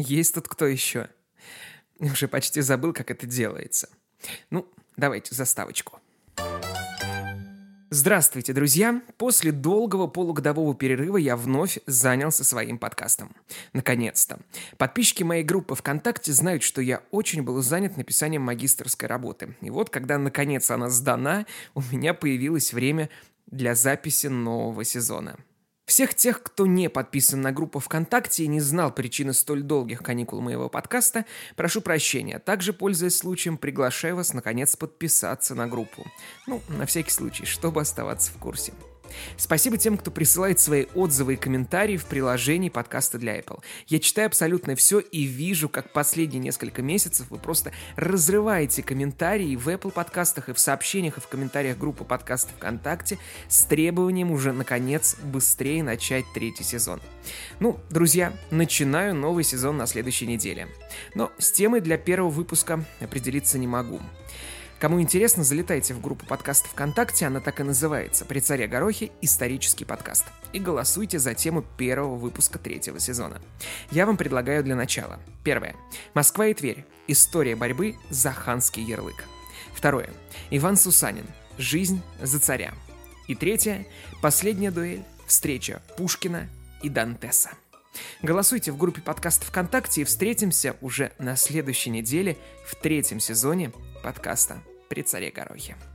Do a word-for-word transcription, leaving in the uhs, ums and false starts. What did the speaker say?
Есть тут кто еще? Уже почти забыл, как это делается. Ну, давайте заставочку. Здравствуйте, друзья! После долгого полугодового перерыва я вновь занялся своим подкастом. Наконец-то. Подписчики моей группы ВКонтакте знают, что я очень был занят написанием магистерской работы. И вот, когда наконец она сдана, у меня появилось время для записи нового сезона. Всех тех, кто не подписан на группу ВКонтакте и не знал причины столь долгих каникул моего подкаста, прошу прощения. Также, пользуясь случаем, приглашаю вас, наконец, подписаться на группу. Ну, на всякий случай, чтобы оставаться в курсе. Спасибо тем, кто присылает свои отзывы и комментарии в приложении подкаста для Apple. Я читаю абсолютно все и вижу, как последние несколько месяцев вы просто разрываете комментарии в Apple подкастах и в сообщениях, и в комментариях группы подкастов ВКонтакте с требованием уже, наконец, быстрее начать третий сезон. Ну, друзья, начинаю новый сезон на следующей неделе. Но с темой для первого выпуска определиться не могу. Кому интересно, залетайте в группу подкастов ВКонтакте, она так и называется «При царе Горохе. Исторический подкаст». И голосуйте за тему первого выпуска третьего сезона. Я вам предлагаю для начала. Первое. Москва и Тверь. История борьбы за ханский ярлык. Второе. Иван Сусанин. Жизнь за царя. И третье. Последняя дуэль. Встреча Пушкина и Дантеса. Голосуйте в группе подкастов ВКонтакте и встретимся уже на следующей неделе в третьем сезоне подкаста «При царе Горохе».